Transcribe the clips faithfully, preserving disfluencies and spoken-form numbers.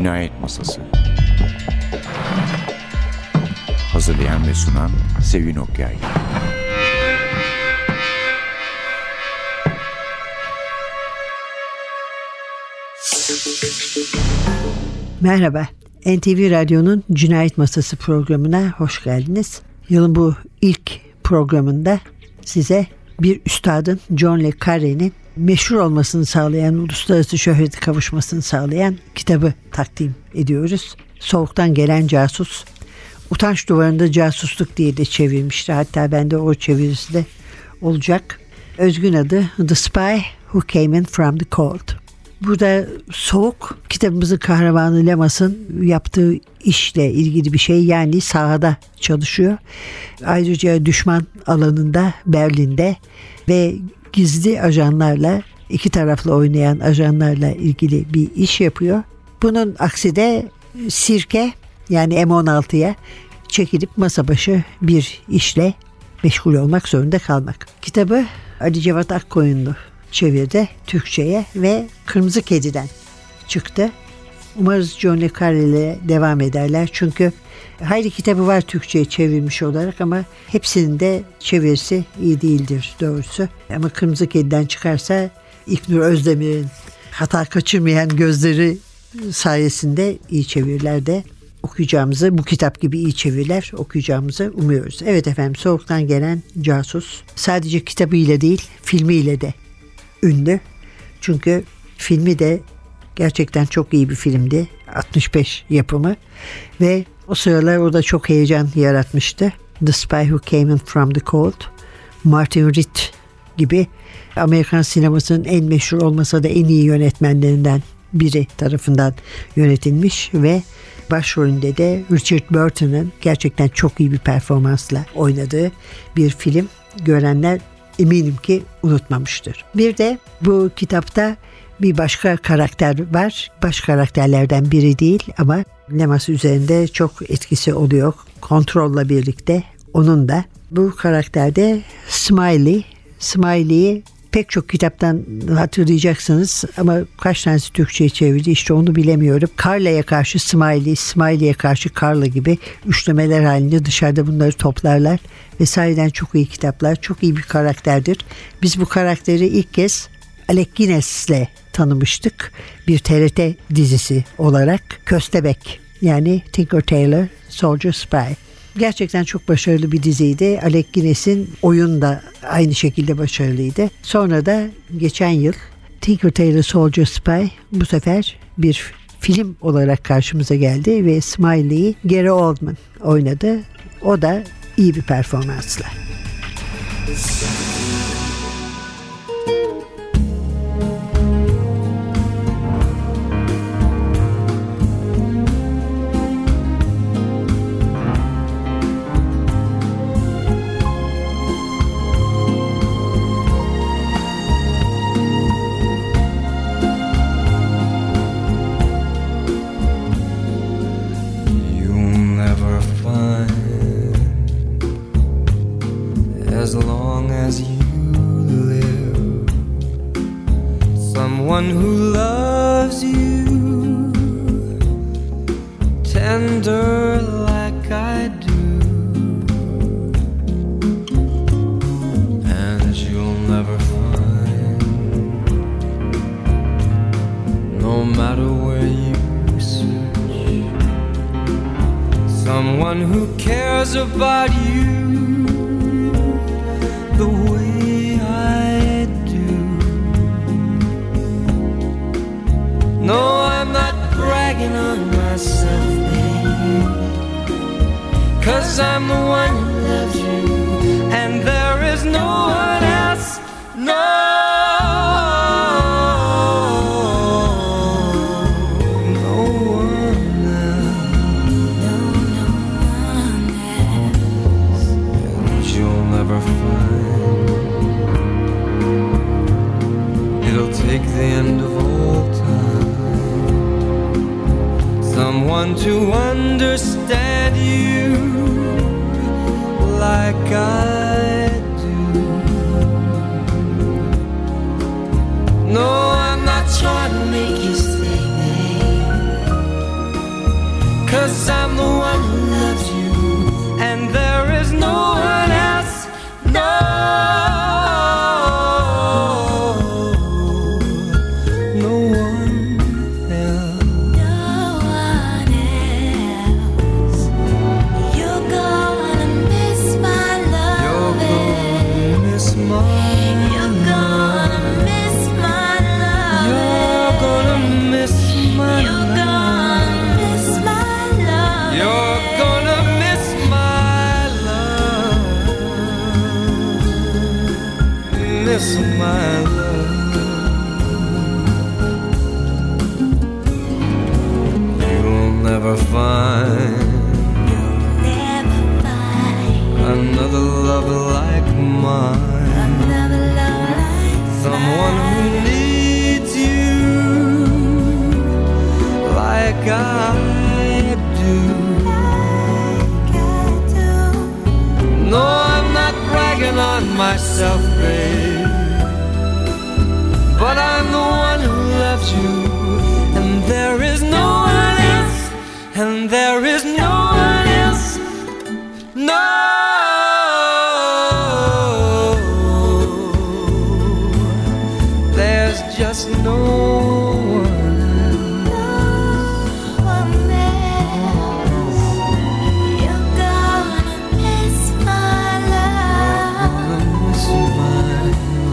Cinayet Masası. Hazırlayan ve sunan Sevin Okyay. Merhaba, N T V Radyo'nun Cinayet Masası programına hoş geldiniz. Yılın bu ilk programında size bir üstadın, John le Carre'nin meşhur olmasını sağlayan, uluslararası şöhrete kavuşmasını sağlayan kitabı takdim ediyoruz. Soğuktan Gelen Casus. Utanç Duvarında Casusluk diye de çevirmişti. Hatta bende o çevirisi de olacak. Özgün adı The Spy Who Came In From The Cold. Burada soğuk, kitabımızın kahramanı Lemas'ın yaptığı işle ilgili bir şey, yani sahada çalışıyor. Ayrıca düşman alanında, Berlin'de ve gizli ajanlarla, iki taraflı oynayan ajanlarla ilgili bir iş yapıyor. Bunun aksi de sirke, yani M on altıya çekilip masa başı bir işle meşgul olmak zorunda kalmak. Kitabı Ali Cevat Akkoyunlu çevirdi Türkçe'ye ve Kırmızı Kedi'den çıktı. Umarız John le Carre ile devam ederler. Çünkü hayli kitabı var Türkçe'ye çevrilmiş olarak ama hepsinin de çevirisi iyi değildir doğrusu. Ama Kırmızı Kedi'den çıkarsa İlknur Özdemir'in hata kaçırmayan gözleri sayesinde iyi çeviriler de okuyacağımızı, bu kitap gibi iyi çeviriler okuyacağımızı umuyoruz. Evet efendim, Soğuktan Gelen Casus sadece kitabıyla değil, filmiyle de ünlü. Çünkü filmi de gerçekten çok iyi bir filmdi. altmış beş yapımı ve o sıralar o da çok heyecan yaratmıştı. The Spy Who Came In From The Cold, Martin Ritt gibi Amerikan sinemasının en meşhur olmasa da en iyi yönetmenlerinden biri tarafından yönetilmiş ve başrolünde de Richard Burton'ın gerçekten çok iyi bir performansla oynadığı bir film. Görenler eminim ki unutmamıştır. Bir de bu kitapta bir başka karakter var. Baş karakterlerden biri değil ama Lemas üzerinde çok etkisi oluyor. Kontrolla birlikte onun da. Bu karakterde Smiley. Smiley'i pek çok kitaptan hatırlayacaksınız ama kaç tanesi Türkçe'ye çevirdi işte onu bilemiyorum. Carla'ya karşı Smiley, Smiley'e karşı Carla gibi üçlemeler halinde dışarıda bunları toplarlar ve sahiden çok iyi kitaplar, çok iyi bir karakterdir. Biz bu karakteri ilk kez Alec Guinness'le tanımıştık bir T R T dizisi olarak. Köstebek, yani Tinker Tailor Soldier Spy. Gerçekten çok başarılı bir diziydi. Alec Guinness'in oyun da aynı şekilde başarılıydı. Sonra da geçen yıl Tinker Tailor Soldier Spy bu sefer bir film olarak karşımıza geldi ve Smiley'i Gary Oldman oynadı. O da iyi bir performansla. As long as you live, someone who loves you tender like I do, and you'll never find, no matter where you search, someone who cares about you the way I do. No, I'm not bragging on myself, babe, 'cause I'm the one who loves you, and there is no one else, no. Take the end of all time, someone to understand you like I do. No, I'm not trying to make you stay, babe, miss my love. You'll never find, You'll never find another love like mine, another love like someone who needs you like I do. like I do. No, I'm not bragging on myself, babe, but I'm the one who loves you, and there is no one else, and there is no one else, no. There's just no one No one else. You're gonna miss my love. gonna miss my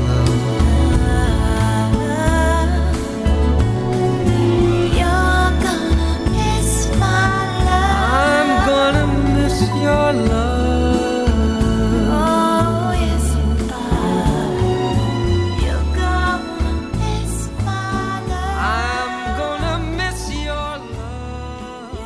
You're gonna miss my love. I'm gonna miss your love. Oh, yes, you are. You're gonna miss my love. I'm gonna miss your love.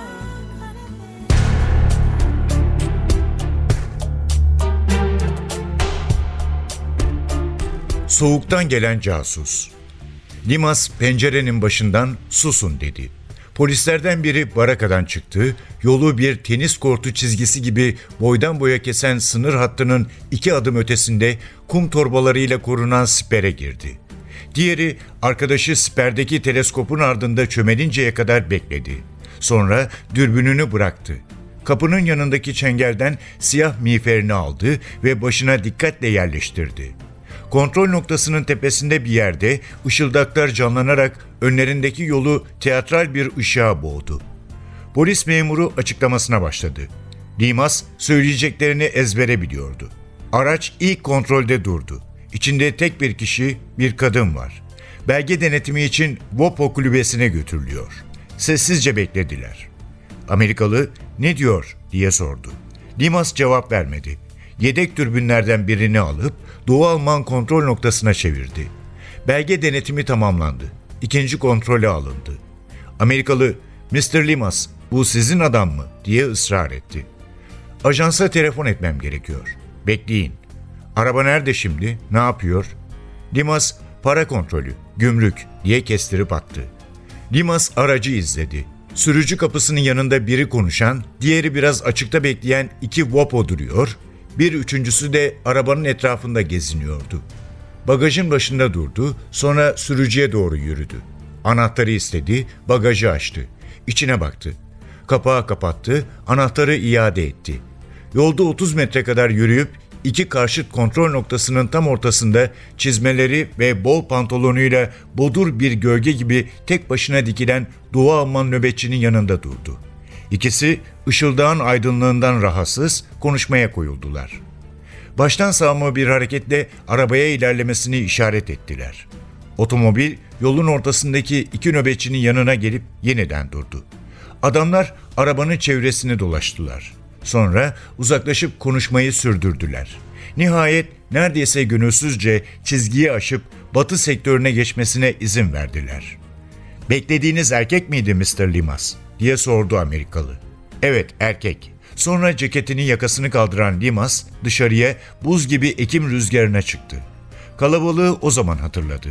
Soğuktan gelen casus. Limas pencerenin başından "Susun" dedi. Polislerden biri barakadan çıktı, yolu bir tenis kortu çizgisi gibi boydan boya kesen sınır hattının iki adım ötesinde kum torbalarıyla korunan sipere girdi. Diğeri arkadaşı siperdeki teleskopun ardında çömelinceye kadar bekledi. Sonra dürbününü bıraktı. Kapının yanındaki çengelden siyah miğferini aldı ve başına dikkatle yerleştirdi. Kontrol noktasının tepesinde bir yerde ışıldaklar canlanarak önlerindeki yolu teatral bir ışığa boğdu. Polis memuru açıklamasına başladı. Limas söyleyeceklerini ezbere biliyordu. Araç ilk kontrolde durdu. İçinde tek bir kişi, bir kadın var. Belge denetimi için Wopo kulübesine götürülüyor. Sessizce beklediler. Amerikalı "Ne diyor?" diye sordu. Limas cevap vermedi. Yedek dürbünlerden birini alıp Doğu Alman kontrol noktasına çevirdi. Belge denetimi tamamlandı. İkinci kontrole alındı. Amerikalı "mister Limas, bu sizin adam mı?" diye ısrar etti. "Ajansa telefon etmem gerekiyor. Bekleyin." "Araba nerede şimdi? Ne yapıyor?" Limas "Para kontrolü, gümrük" diye kestirip attı. Limas aracı izledi. Sürücü kapısının yanında biri konuşan, diğeri biraz açıkta bekleyen iki Wopo duruyor, bir üçüncüsü de arabanın etrafında geziniyordu. Bagajın başında durdu, sonra sürücüye doğru yürüdü. Anahtarı istedi, bagajı açtı. İçine baktı. Kapağı kapattı, anahtarı iade etti. Yolda otuz metre kadar yürüyüp iki karşıt kontrol noktasının tam ortasında çizmeleri ve bol pantolonuyla bodur bir gölge gibi tek başına dikilen Doğu Alman nöbetçinin yanında durdu. İkisi ışıldağın aydınlığından rahatsız konuşmaya koyuldular. Baştan sağma bir hareketle arabaya ilerlemesini işaret ettiler. Otomobil yolun ortasındaki iki nöbetçinin yanına gelip yeniden durdu. Adamlar arabanın çevresini dolaştılar. Sonra uzaklaşıp konuşmayı sürdürdüler. Nihayet neredeyse gönülsüzce çizgiyi aşıp batı sektörüne geçmesine izin verdiler. "Beklediğiniz erkek miydi mister Limas?" diye sordu Amerikalı. "Evet, erkek." Sonra ceketinin yakasını kaldıran Limas dışarıya buz gibi Ekim rüzgarına çıktı. Kalabalığı o zaman hatırladı.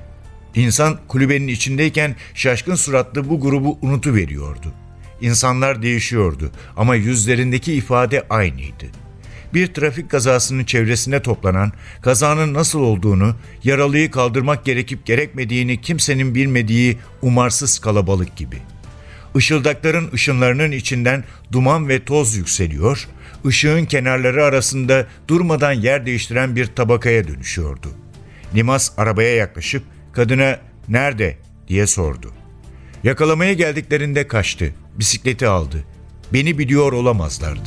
İnsan kulübenin içindeyken şaşkın suratlı bu grubu unutuveriyordu. İnsanlar değişiyordu ama yüzlerindeki ifade aynıydı. Bir trafik kazasının çevresine toplanan, kazanın nasıl olduğunu, yaralıyı kaldırmak gerekip gerekmediğini kimsenin bilmediği umarsız kalabalık gibi. Işıldakların ışınlarının içinden duman ve toz yükseliyor, ışığın kenarları arasında durmadan yer değiştiren bir tabakaya dönüşüyordu. Limas arabaya yaklaşıp kadına "Nerede?" diye sordu. Yakalamaya geldiklerinde kaçtı, bisikleti aldı. Beni biliyor olamazlardı.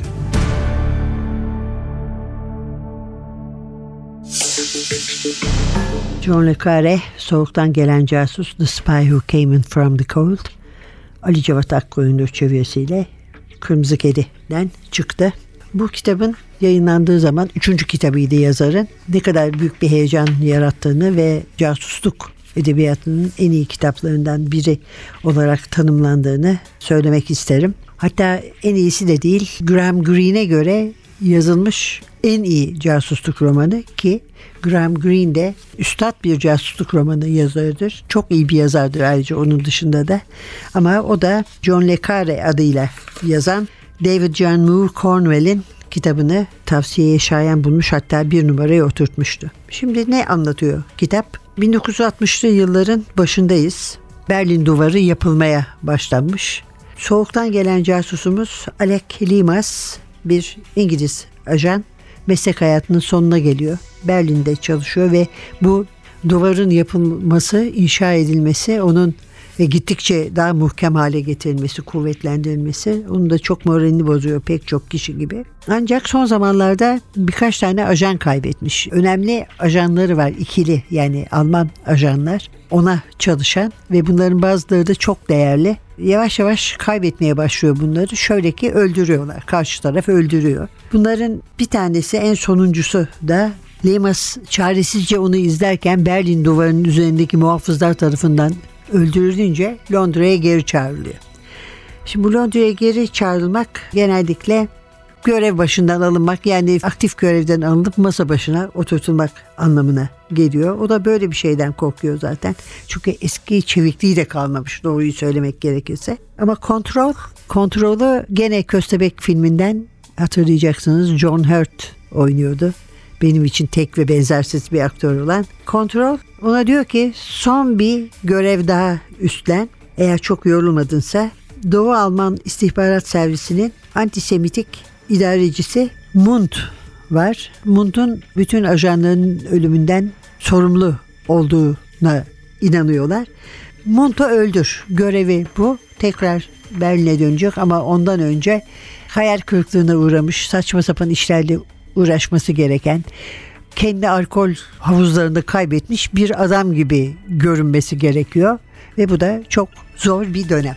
John le Carré, Soğuktan Gelen Casus, The Spy Who Came In From The Cold, Ali Cevat Akkoyunlu çevirisiyle Kırmızı Kedi'den çıktı. Bu kitabın yayınlandığı zaman üçüncü kitabıydı yazarın. Ne kadar büyük bir heyecan yarattığını ve casusluk edebiyatının en iyi kitaplarından biri olarak tanımlandığını söylemek isterim. Hatta en iyisi de değil, Graham Greene'e göre yazılmış en iyi casusluk romanı, ki Graham Greene de üstad bir casusluk romanı yazarıdır. Çok iyi bir yazardır ayrıca onun dışında da. Ama o da John le Carre adıyla yazan David John Moore Cornwell'in kitabını tavsiyeye şayan bulmuş, hatta bir numaraya oturtmuştu. Şimdi ne anlatıyor kitap? bin dokuz yüz altmışlı yılların başındayız. Berlin Duvarı yapılmaya başlanmış. Soğuktan gelen casusumuz Alec Limas, bir İngiliz ajan, meslek hayatının sonuna geliyor. Berlin'de çalışıyor ve bu duvarın yapılması, inşa edilmesi, onun ve gittikçe daha muhkem hale getirilmesi, kuvvetlendirilmesi onun da çok moralini bozuyor, pek çok kişi gibi. Ancak son zamanlarda birkaç tane ajan kaybetmiş. Önemli ajanları var, ikili, yani Alman ajanlar ona çalışan ve bunların bazıları da çok değerli. Yavaş yavaş kaybetmeye başlıyor bunları. Şöyle ki öldürüyorlar. Karşı taraf öldürüyor. Bunların bir tanesi, en sonuncusu da Limas çaresizce onu izlerken Berlin Duvarı'nın üzerindeki muhafızlar tarafından öldürülünce Londra'ya geri çağrılıyor. Şimdi bu Londra'ya geri çağrılmak genellikle görev başından alınmak, yani aktif görevden alınıp masa başına oturtulmak anlamına geliyor. O da böyle bir şeyden korkuyor zaten. Çünkü eski çevikliği de kalmamış, doğruyu söylemek gerekirse. Ama kontrol, kontrolü gene Köstebek filminden hatırlayacaksınız, John Hurt oynuyordu. Benim için tek ve benzersiz bir aktör olan. Kontrol ona diyor ki son bir görev daha üstlen. Eğer çok yorulmadınsa, Doğu Alman İstihbarat Servisi'nin antisemitik idarecisi Mund var. Mund'un bütün ajanların ölümünden sorumlu olduğuna inanıyorlar. Mund'u öldür. Görevi bu. Tekrar Berlin'e dönecek ama ondan önce hayal kırıklığına uğramış, saçma sapan işlerle uğraşması gereken, kendi alkol havuzlarında kaybetmiş bir adam gibi görünmesi gerekiyor ve bu da çok zor bir dönem.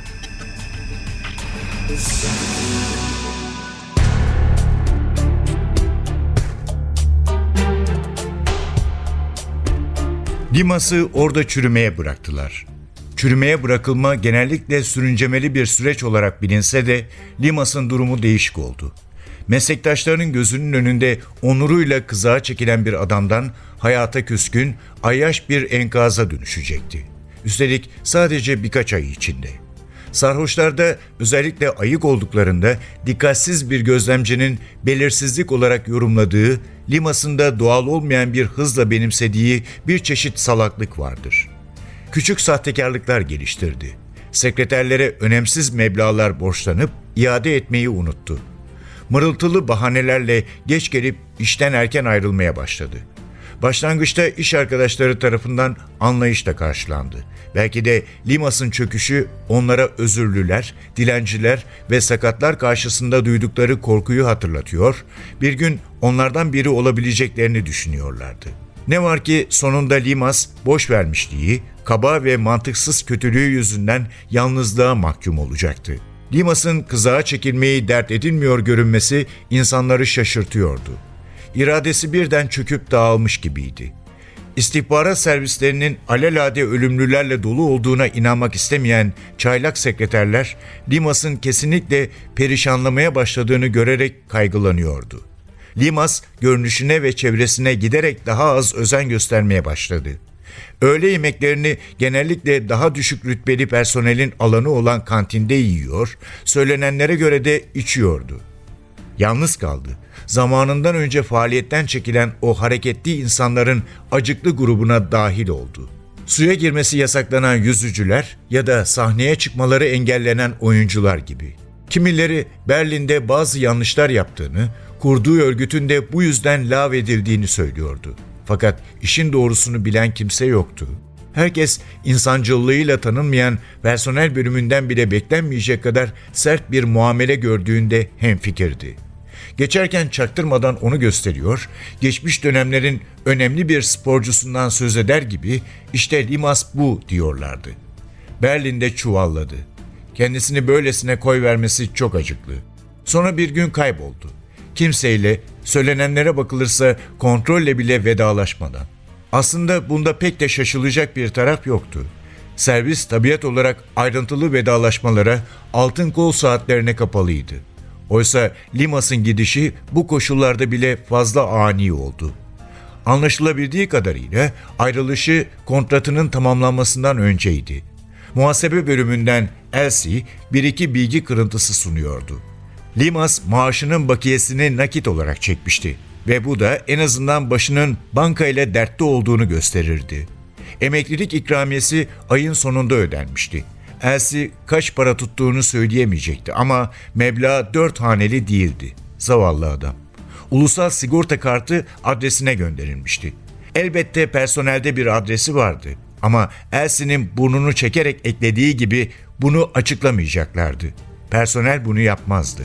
Limas'ı orada çürümeye bıraktılar. Çürümeye bırakılma genellikle sürüncemeli bir süreç olarak bilinse de Limas'ın durumu değişik oldu. Meslektaşlarının gözünün önünde onuruyla kızağa çekilen bir adamdan hayata küskün, ayyaş bir enkaza dönüşecekti. Üstelik sadece birkaç ay içinde. Sarhoşlarda, özellikle ayık olduklarında dikkatsiz bir gözlemcinin belirsizlik olarak yorumladığı, Limas'ın da doğal olmayan bir hızla benimsediği bir çeşit salaklık vardır. Küçük sahtekarlıklar geliştirdi. Sekreterlere önemsiz meblağlar borçlanıp iade etmeyi unuttu. Mırıltılı bahanelerle geç gelip işten erken ayrılmaya başladı. Başlangıçta iş arkadaşları tarafından anlayışla karşılandı. Belki de Limas'ın çöküşü onlara özürlüler, dilenciler ve sakatlar karşısında duydukları korkuyu hatırlatıyor, bir gün onlardan biri olabileceklerini düşünüyorlardı. Ne var ki sonunda Limas boş vermişliği, kaba ve mantıksız kötülüğü yüzünden yalnızlığa mahkum olacaktı. Limas'ın kızağa çekilmeyi dert edinmiyor görünmesi insanları şaşırtıyordu. İradesi birden çöküp dağılmış gibiydi. İstihbarat servislerinin alelade ölümlülerle dolu olduğuna inanmak istemeyen çaylak sekreterler, Limas'ın kesinlikle perişanlamaya başladığını görerek kaygılanıyordu. Limas, görünüşüne ve çevresine giderek daha az özen göstermeye başladı. Öğle yemeklerini genellikle daha düşük rütbeli personelin alanı olan kantinde yiyor, söylenenlere göre de içiyordu. Yalnız kaldı. Zamanından önce faaliyetten çekilen o hareketli insanların acıklı grubuna dahil oldu. Suya girmesi yasaklanan yüzücüler ya da sahneye çıkmaları engellenen oyuncular gibi. Kimileri Berlin'de bazı yanlışlar yaptığını, kurduğu örgütün de bu yüzden lağvedildiğini söylüyordu. Fakat işin doğrusunu bilen kimse yoktu. Herkes insancıllığıyla tanınmayan personel bölümünden bile beklenmeyecek kadar sert bir muamele gördüğünde hemfikirdi. Geçerken çaktırmadan onu gösteriyor, geçmiş dönemlerin önemli bir sporcusundan söz eder gibi işte Limas bu diyorlardı. Berlin'de çuvalladı. Kendisini böylesine koyvermesi çok acıklı. Sonra bir gün kayboldu. Kimseyle, söylenenlere bakılırsa kontrolle bile vedalaşmadan. Aslında bunda pek de şaşılacak bir taraf yoktu. Servis tabiat olarak ayrıntılı vedalaşmalara, altın kol saatlerine kapalıydı. Oysa Limas'ın gidişi bu koşullarda bile fazla ani oldu. Anlaşılabildiği kadarıyla ayrılışı kontratının tamamlanmasından önceydi. Muhasebe bölümünden Elsie bir iki bilgi kırıntısı sunuyordu. Limas maaşının bakiyesini nakit olarak çekmişti ve bu da en azından başının bankayla dertte olduğunu gösterirdi. Emeklilik ikramiyesi ayın sonunda ödenmişti. Elsie kaç para tuttuğunu söyleyemeyecekti ama meblağ dört haneli değildi. Zavallı adam. Ulusal sigorta kartı adresine gönderilmişti. Elbette personelde bir adresi vardı ama Elsie'nin burnunu çekerek eklediği gibi bunu açıklamayacaklardı. Personel bunu yapmazdı.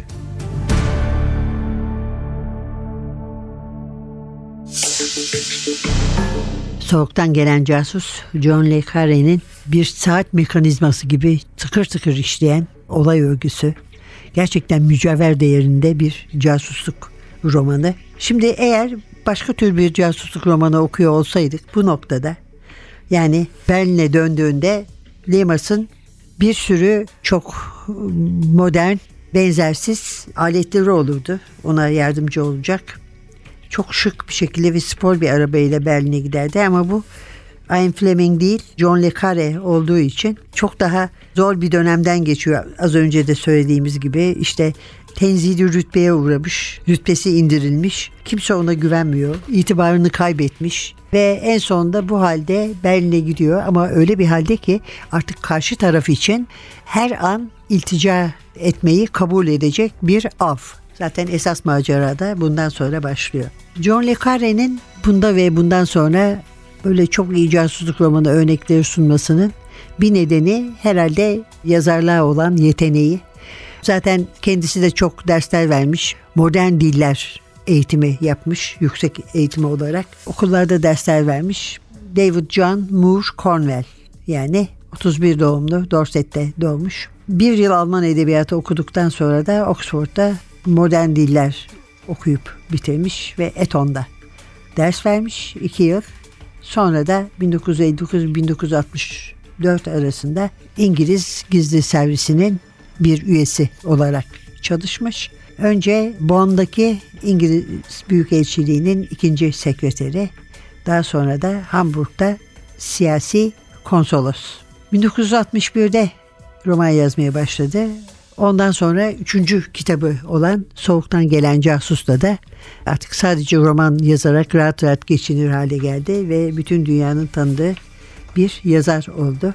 Soğuktan gelen casus John le Carre'nin bir saat mekanizması gibi tıkır tıkır işleyen olay örgüsü. Gerçekten mücevher değerinde bir casusluk romanı. Şimdi eğer başka tür bir casusluk romanı okuyor olsaydık bu noktada, yani Berlin'e döndüğünde Limas'ın bir sürü çok modern, benzersiz aletleri olurdu. Ona yardımcı olacak. Çok şık bir şekilde ve spor bir arabayla Berlin'e giderdi ama bu Ian Fleming değil, John le Carre olduğu için çok daha zor bir dönemden geçiyor. Az önce de söylediğimiz gibi işte tenzili rütbeye uğramış, rütbesi indirilmiş, kimse ona güvenmiyor, itibarını kaybetmiş ve en sonunda bu halde Berlin'e gidiyor ama öyle bir halde ki artık karşı taraf için her an iltica etmeyi kabul edecek bir av. Zaten esas macera da bundan sonra başlıyor. John le Carre'nin bunda ve bundan sonra böyle çok iyi casusluk romanı örnekleri sunmasının bir nedeni herhalde yazarlığa olan yeteneği. Zaten kendisi de çok dersler vermiş. Modern diller eğitimi yapmış, yüksek eğitimi olarak. Okullarda dersler vermiş. David John Moore Cornwell, yani otuz bir doğumlu, Dorset'te doğmuş. Bir yıl Alman edebiyatı okuduktan sonra da Oxford'da modern diller okuyup bitirmiş ve Eton'da ders vermiş iki yıl. Sonra da bin dokuz yüz elli dokuz bin dokuz yüz altmış dört arasında İngiliz Gizli Servisi'nin bir üyesi olarak çalışmış. Önce Bonn'daki İngiliz Büyükelçiliği'nin ikinci sekreteri, daha sonra da Hamburg'da siyasi konsolos. bin dokuz yüz altmış birde roman yazmaya başladı. Ondan sonra üçüncü kitabı olan Soğuktan Gelen Casus'ta da artık sadece roman yazarak rahat rahat geçinir hale geldi ve bütün dünyanın tanıdığı bir yazar oldu.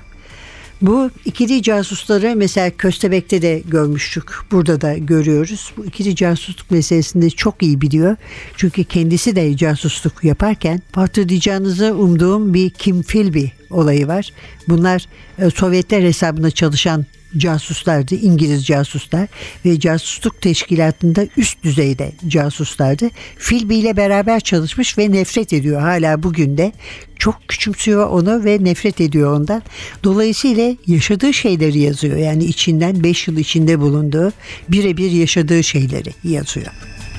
Bu ikili casusları mesela Köstebek'te de görmüştük. Burada da görüyoruz. Bu ikili casusluk meselesinde çok iyi biliyor. Çünkü kendisi de casusluk yaparken hatırlayacağınızı umduğum bir Kim Philby olayı var. Bunlar Sovyetler hesabına çalışan casuslardı, İngiliz casuslar ve casusluk teşkilatında üst düzeyde casuslardı. Philby ile beraber çalışmış ve nefret ediyor. Hala bugün de çok küçümsüyor onu ve nefret ediyor ondan. Dolayısıyla yaşadığı şeyleri yazıyor. Yani içinden beş yıl içinde bulunduğu, birebir yaşadığı şeyleri yazıyor.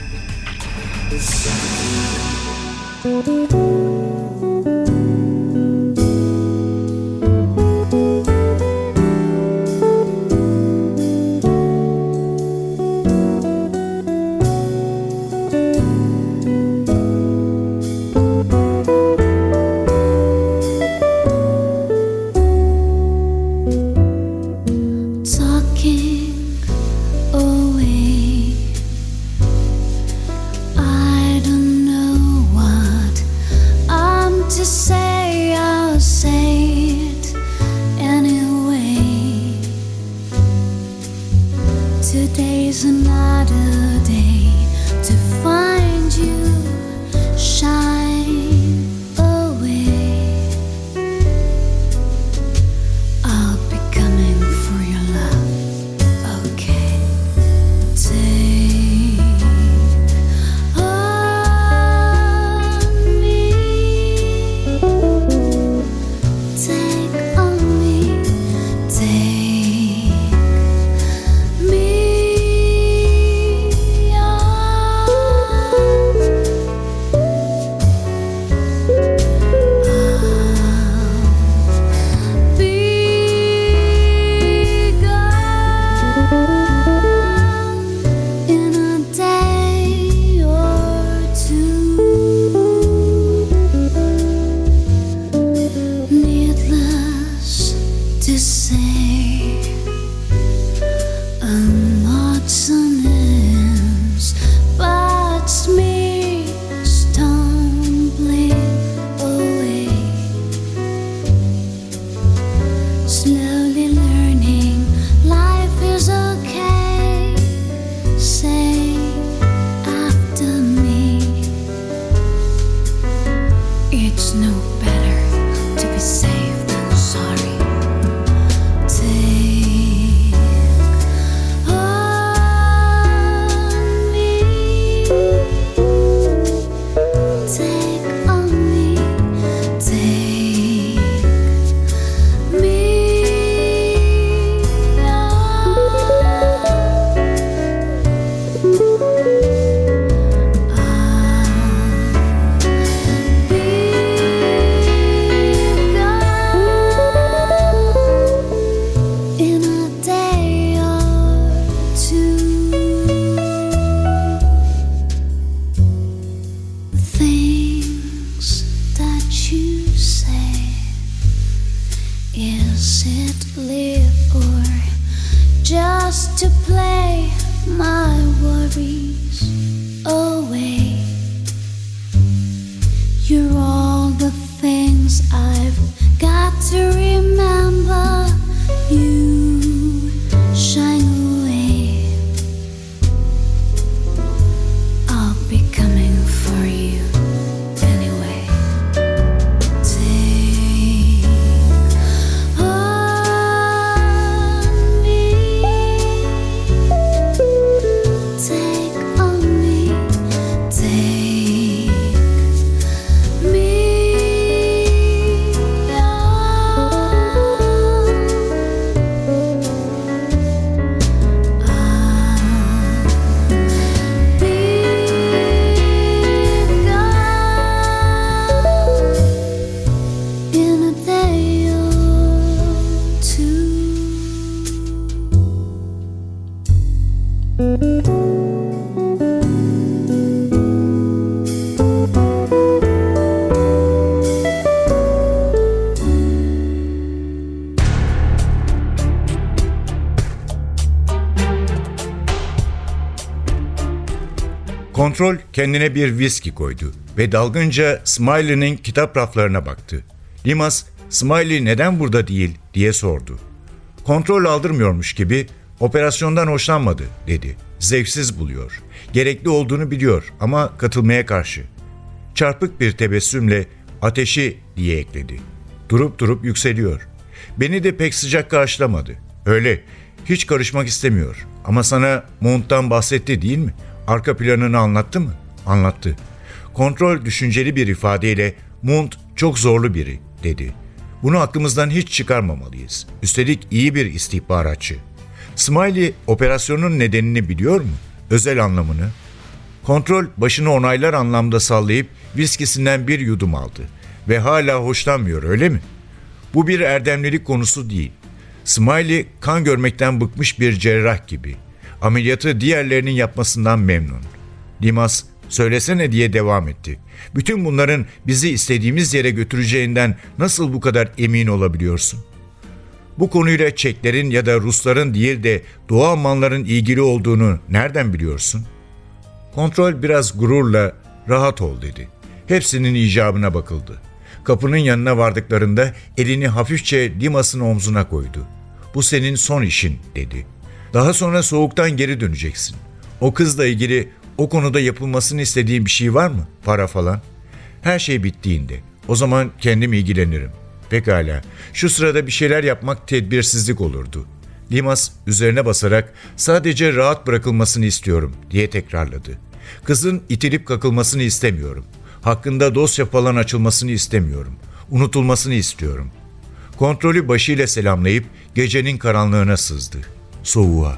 Today's another day to find you shine away. I'll be coming for your love, okay? Take on me. It's no better to be safe than sorry. Take on me, take on me, take me in a day or two. Things that you say, is it live or just to play my worries away? You're all the things I've got to remember. You shine away. I'll be coming for you anyway. Take on me, take on me, take me I'll be gone in a day or two. Kontrol kendine bir viski koydu ve dalgınca Smiley'nin kitap raflarına baktı. Limas, Smiley neden burada değil diye sordu. Kontrol aldırmıyormuş gibi operasyondan hoşlanmadı dedi. Zevksiz buluyor. Gerekli olduğunu biliyor ama katılmaya karşı. Çarpık bir tebessümle ateşi diye ekledi. Durup durup yükseliyor. Beni de pek sıcak karşılamadı. Öyle, hiç karışmak istemiyor. Ama sana Mount'tan bahsetti değil mi? Arka planını anlattı mı? Anlattı. Kontrol düşünceli bir ifadeyle Mount çok zorlu biri dedi. Bunu aklımızdan hiç çıkarmamalıyız. Üstelik iyi bir istihbaratçı. Smiley operasyonun nedenini biliyor mu? Özel anlamını. Kontrol başını onaylar anlamda sallayıp viskisinden bir yudum aldı. Ve hala hoşlanmıyor öyle mi? Bu bir erdemlilik konusu değil. Smiley kan görmekten bıkmış bir cerrah gibi. Ameliyatı diğerlerinin yapmasından memnun. Limas söylesene diye devam etti. Bütün bunların bizi istediğimiz yere götüreceğinden nasıl bu kadar emin olabiliyorsun? Bu konuyla Çeklerin ya da Rusların değil de Doğu Almanların ilgili olduğunu nereden biliyorsun? Kontrol biraz gururla rahat ol dedi. Hepsinin icabına bakıldı. Kapının yanına vardıklarında elini hafifçe Limas'ın omzuna koydu. Bu senin son işin dedi. Daha sonra soğuktan geri döneceksin. O kızla ilgili o konuda yapılmasını istediğin bir şey var mı? Para falan. Her şey bittiğinde. O zaman kendim ilgilenirim. Pekala. Şu sırada bir şeyler yapmak tedbirsizlik olurdu. Limas üzerine basarak sadece rahat bırakılmasını istiyorum diye tekrarladı. Kızın itilip kakılmasını istemiyorum. Hakkında dosya falan açılmasını istemiyorum. Unutulmasını istiyorum. Kontrolü başıyla selamlayıp gecenin karanlığına sızdı. Soğuğa.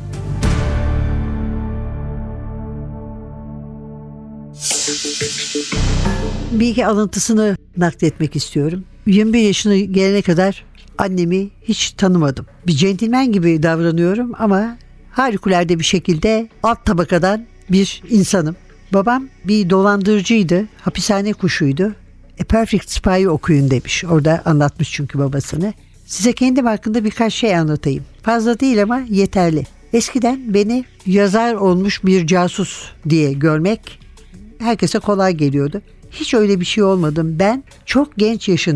Bir iki alıntısını nakletmek istiyorum. yirmi bir yaşına gelene kadar annemi hiç tanımadım. Bir centilmen gibi davranıyorum ama harikulade bir şekilde alt tabakadan bir insanım. Babam bir dolandırıcıydı, hapishane kuşuydu. A Perfect Spy'ı okuyun demiş. Orada anlatmış çünkü babasını. Size kendim hakkında birkaç şey anlatayım. Fazla değil ama yeterli. Eskiden beni yazar olmuş bir casus diye görmek herkese kolay geliyordu. Hiç öyle bir şey olmadım. Ben çok genç yaşında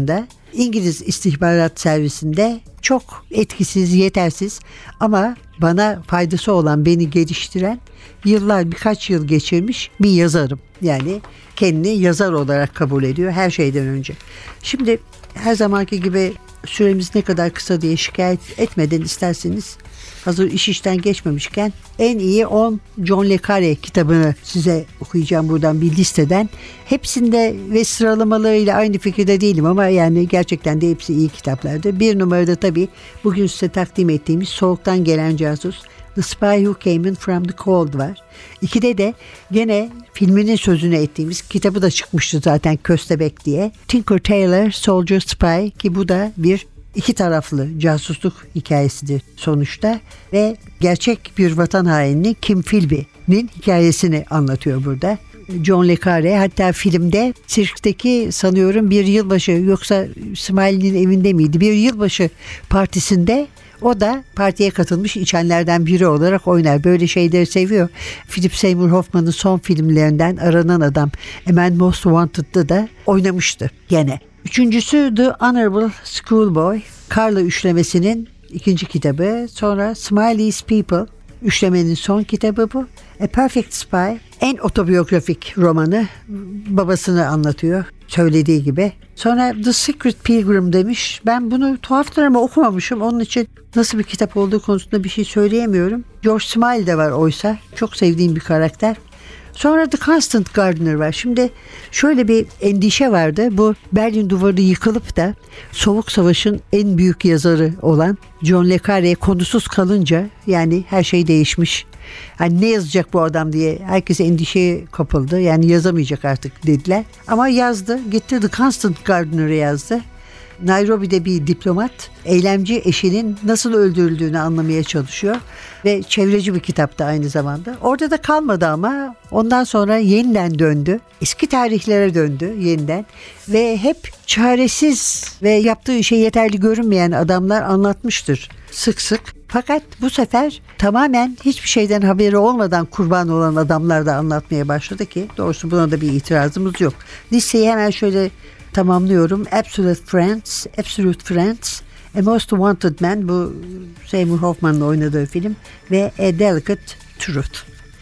İngiliz istihbarat servisinde çok etkisiz, yetersiz ama bana faydası olan, beni geliştiren, yıllar birkaç yıl geçirmiş bir yazarım. Yani kendini yazar olarak kabul ediyor her şeyden önce. Şimdi her zamanki gibi süremiz ne kadar kısa diye şikayet etmeden isterseniz, hazır iş işten geçmemişken en iyi on John le Carré kitabını size okuyacağım buradan bir listeden. Hepsinde ve sıralamalarıyla aynı fikirde değilim ama yani gerçekten de hepsi iyi kitaplardı. Bir numarada tabii bugün size takdim ettiğimiz Soğuktan Gelen Casus, The Spy Who Came In From The Cold var. İkide de gene filminin sözünü ettiğimiz, kitabı da çıkmıştı zaten Köstebek diye, Tinker Tailor Soldier Spy, ki bu da bir iki taraflı casusluk hikayesidir sonuçta ve gerçek bir vatan haini Kim Philby'nin hikayesini anlatıyor burada. John le Carré hatta filmde sirkteki sanıyorum bir yılbaşı, yoksa Smiley'nin evinde miydi, bir yılbaşı partisinde o da partiye katılmış içenlerden biri olarak oynar. Böyle şeyleri seviyor. Philip Seymour Hoffman'ın son filmlerinden Aranan Adam, A Man Most Wanted'da da oynamıştı gene. Üçüncüsü The Honorable Schoolboy, Carla üçlemesinin ikinci kitabı. Sonra Smiley's People, üçlemenin son kitabı bu. A Perfect Spy, en otobiyografik romanı, babasını anlatıyor söylediği gibi. Sonra The Secret Pilgrim demiş. Ben bunu tuhaftır ama okumamışım. Onun için nasıl bir kitap olduğu konusunda bir şey söyleyemiyorum. George Smiley de var oysa. Çok sevdiğim bir karakter. Sonra The Constant Gardener var. Şimdi şöyle bir endişe vardı. Bu Berlin Duvarı yıkılıp da Soğuk Savaş'ın en büyük yazarı olan John le Carré konusuz kalınca, yani her şey değişmiş. Yani ne yazacak bu adam diye herkes endişeye kapıldı. Yani yazamayacak artık dediler. Ama yazdı. Gitti The Constant Gardener'ı yazdı. Nairobi'de bir diplomat eylemci eşinin nasıl öldürüldüğünü anlamaya çalışıyor ve çevreci bir kitapta aynı zamanda. Orada da kalmadı ama ondan sonra yeniden döndü. Eski tarihlere döndü yeniden ve hep çaresiz ve yaptığı işe yeterli görünmeyen adamlar anlatmıştır sık sık. Fakat bu sefer tamamen hiçbir şeyden haberi olmadan kurban olan adamlar da anlatmaya başladı ki doğrusu buna da bir itirazımız yok. Listeyi hemen şöyle tamamlıyorum. Absolute Friends, Absolute Friends, A Most Wanted Man, bu Seymour Hoffman'ın oynadığı film, ve A Delicate Truth.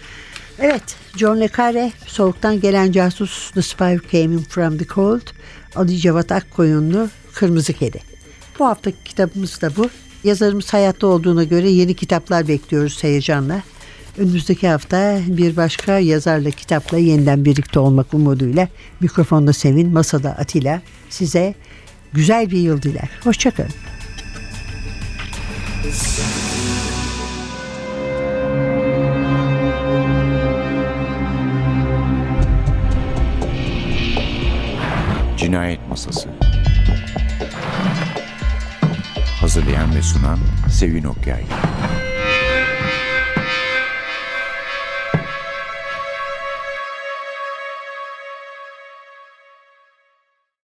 Evet, John le Carré, Soğuktan Gelen Casus, The Spy Who Came In From The Cold, Ali Cevat Akkoyunlu, Kırmızı Kedi. Bu haftaki kitabımız da bu. Yazarımız hayatta olduğuna göre yeni kitaplar bekliyoruz heyecanla. Önümüzdeki hafta bir başka yazarla, kitapla yeniden birlikte olmak umuduyla mikrofonda Sevin, masada Atilla, size güzel bir yıl diler. Hoşçakalın. Cinayet Masası. Hazırlayan ve sunan Sevin Okyay.